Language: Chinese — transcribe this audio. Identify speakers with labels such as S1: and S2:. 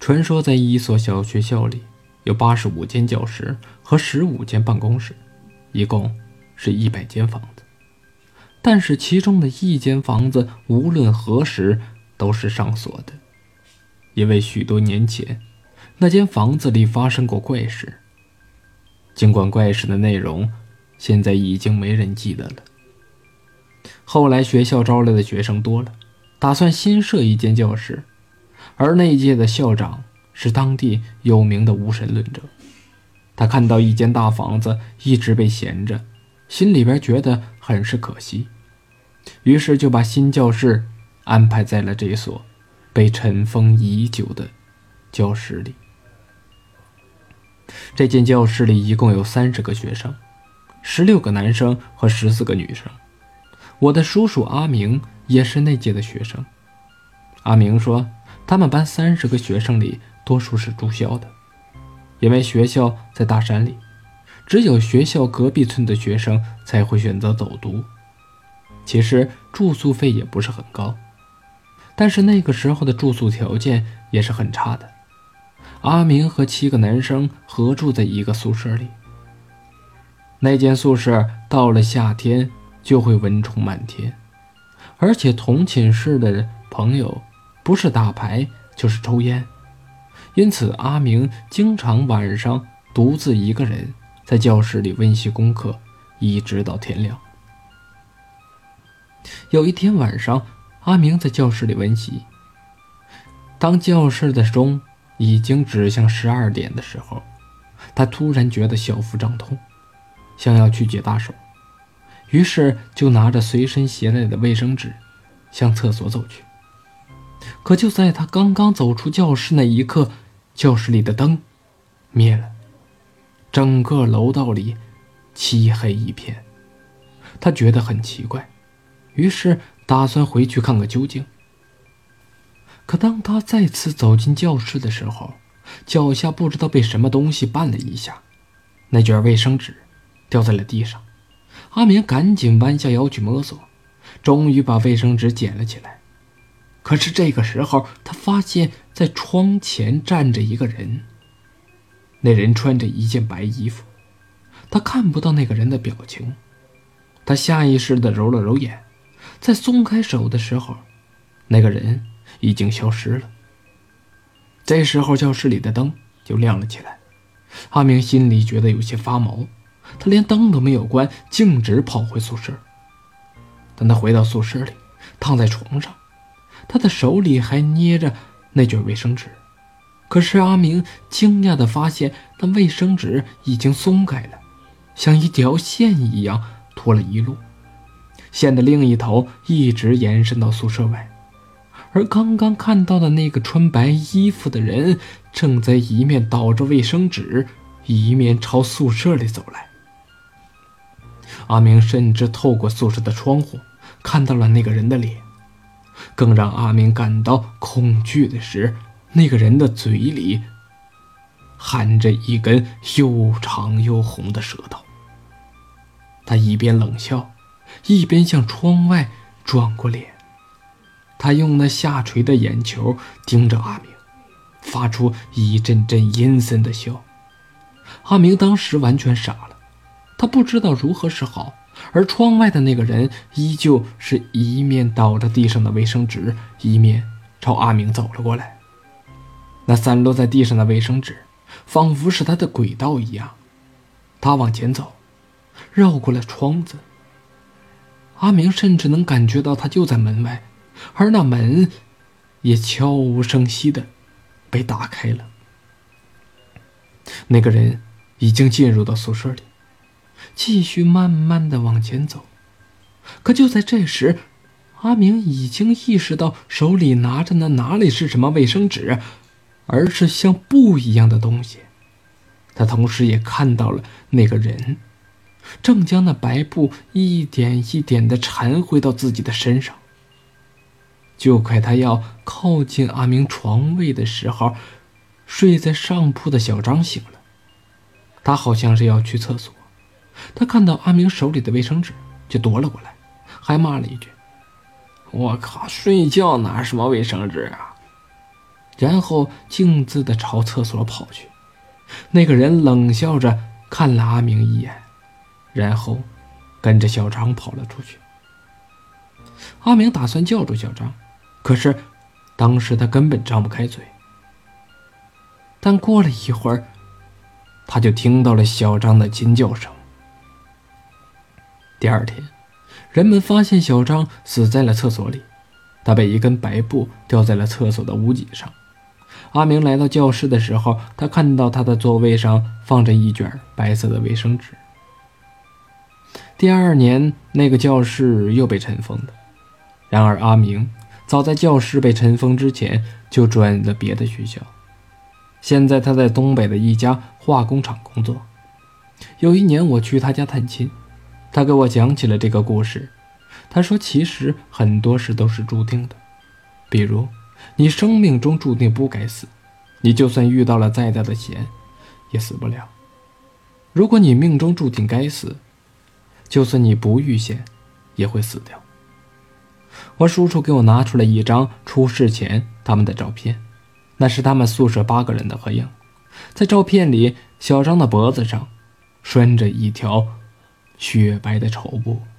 S1: 传说在一所小学校里有85间教室和15间办公室，一共是100间房子。但是其中的一间房子无论何时都是上锁的，因为许多年前那间房子里发生过怪事。尽管怪事的内容现在已经没人记得了。后来学校招来的学生多了，打算新设一间教室，而那届的校长是当地有名的无神论者。他看到一间大房子一直被闲着，心里边觉得很是可惜，于是就把新教室安排在了这所被尘封已久的教室里。这间教室里一共有30个学生，16个男生和14个女生。我的叔叔阿明也是那届的学生。阿明说，他们班30个学生里多数是住校的，因为学校在大山里，只有学校隔壁村的学生才会选择走读。其实住宿费也不是很高，但是那个时候的住宿条件也是很差的。阿明和7个男生合住在一个宿舍里。那间宿舍到了夏天就会蚊虫满天，而且同寝室的朋友不是打牌就是抽烟，因此阿明经常晚上独自一个人在教室里温习功课，一直到天亮。有一天晚上，阿明在教室里温习，当教室的钟已经指向12点的时候，他突然觉得小腹胀痛，想要去解大手，于是就拿着随身携带的卫生纸向厕所走去。可就在他刚刚走出教室那一刻，教室里的灯灭了，整个楼道里漆黑一片。他觉得很奇怪，于是打算回去看个究竟。可当他再次走进教室的时候，脚下不知道被什么东西绊了一下，那卷卫生纸掉在了地上。阿明赶紧弯下腰去摸索，终于把卫生纸捡了起来。可是这个时候，他发现在窗前站着一个人，那人穿着一件白衣服，他看不到那个人的表情。他下意识地揉了揉眼，在松开手的时候，那个人已经消失了。这时候教室里的灯就亮了起来，阿明心里觉得有些发毛，他连灯都没有关，径直跑回宿舍。等他回到宿舍里，躺在床上，他的手里还捏着那卷卫生纸。可是阿明惊讶地发现，那卫生纸已经松开了，像一条线一样拖了一路，线的另一头一直延伸到宿舍外。而刚刚看到的那个穿白衣服的人，正在一面倒着卫生纸，一面朝宿舍里走来。阿明甚至透过宿舍的窗户看到了那个人的脸。更让阿明感到恐惧的是，那个人的嘴里含着一根又长又红的舌头。他一边冷笑，一边向窗外转过脸。他用那下垂的眼球盯着阿明，发出一阵阵阴森的笑。阿明当时完全傻了，他不知道如何是好，而窗外的那个人依旧是一面倒着地上的卫生纸，一面朝阿明走了过来。那散落在地上的卫生纸仿佛是他的轨道一样，他往前走，绕过了窗子。阿明甚至能感觉到他就在门外，而那门也悄无声息地被打开了。那个人已经进入到宿舍里，继续慢慢地往前走。可就在这时，阿明已经意识到手里拿着的哪里是什么卫生纸，而是像布一样的东西。他同时也看到了那个人正将那白布一点一点地缠回到自己的身上。就快他要靠近阿明床位的时候，睡在上铺的小张醒了。他好像是要去厕所，他看到阿明手里的卫生纸就夺了过来，还骂了一句：“我靠，睡觉拿什么卫生纸啊！” 然后径自地朝厕所跑去。那个人冷笑着看了阿明一眼，然后跟着小张跑了出去。阿明打算叫住小张，可是当时他根本张不开嘴。但过了一会儿，他就听到了小张的尖叫声。第二天，人们发现小张死在了厕所里，他被一根白布吊在了厕所的屋脊上。阿明来到教室的时候，他看到他的座位上放着一卷白色的卫生纸。第二年，那个教室又被尘封了。然而阿明早在教室被尘封之前就转了别的学校，现在他在东北的一家化工厂工作。有一年我去他家探亲，他给我讲起了这个故事。他说其实很多事都是注定的，比如你生命中注定不该死，你就算遇到了再大的险也死不了。如果你命中注定该死，就算你不遇险也会死掉。我叔叔给我拿出了一张出事前他们的照片，那是他们宿舍8个人的合影。在照片里，小张的脖子上拴着一条雪白的绸布。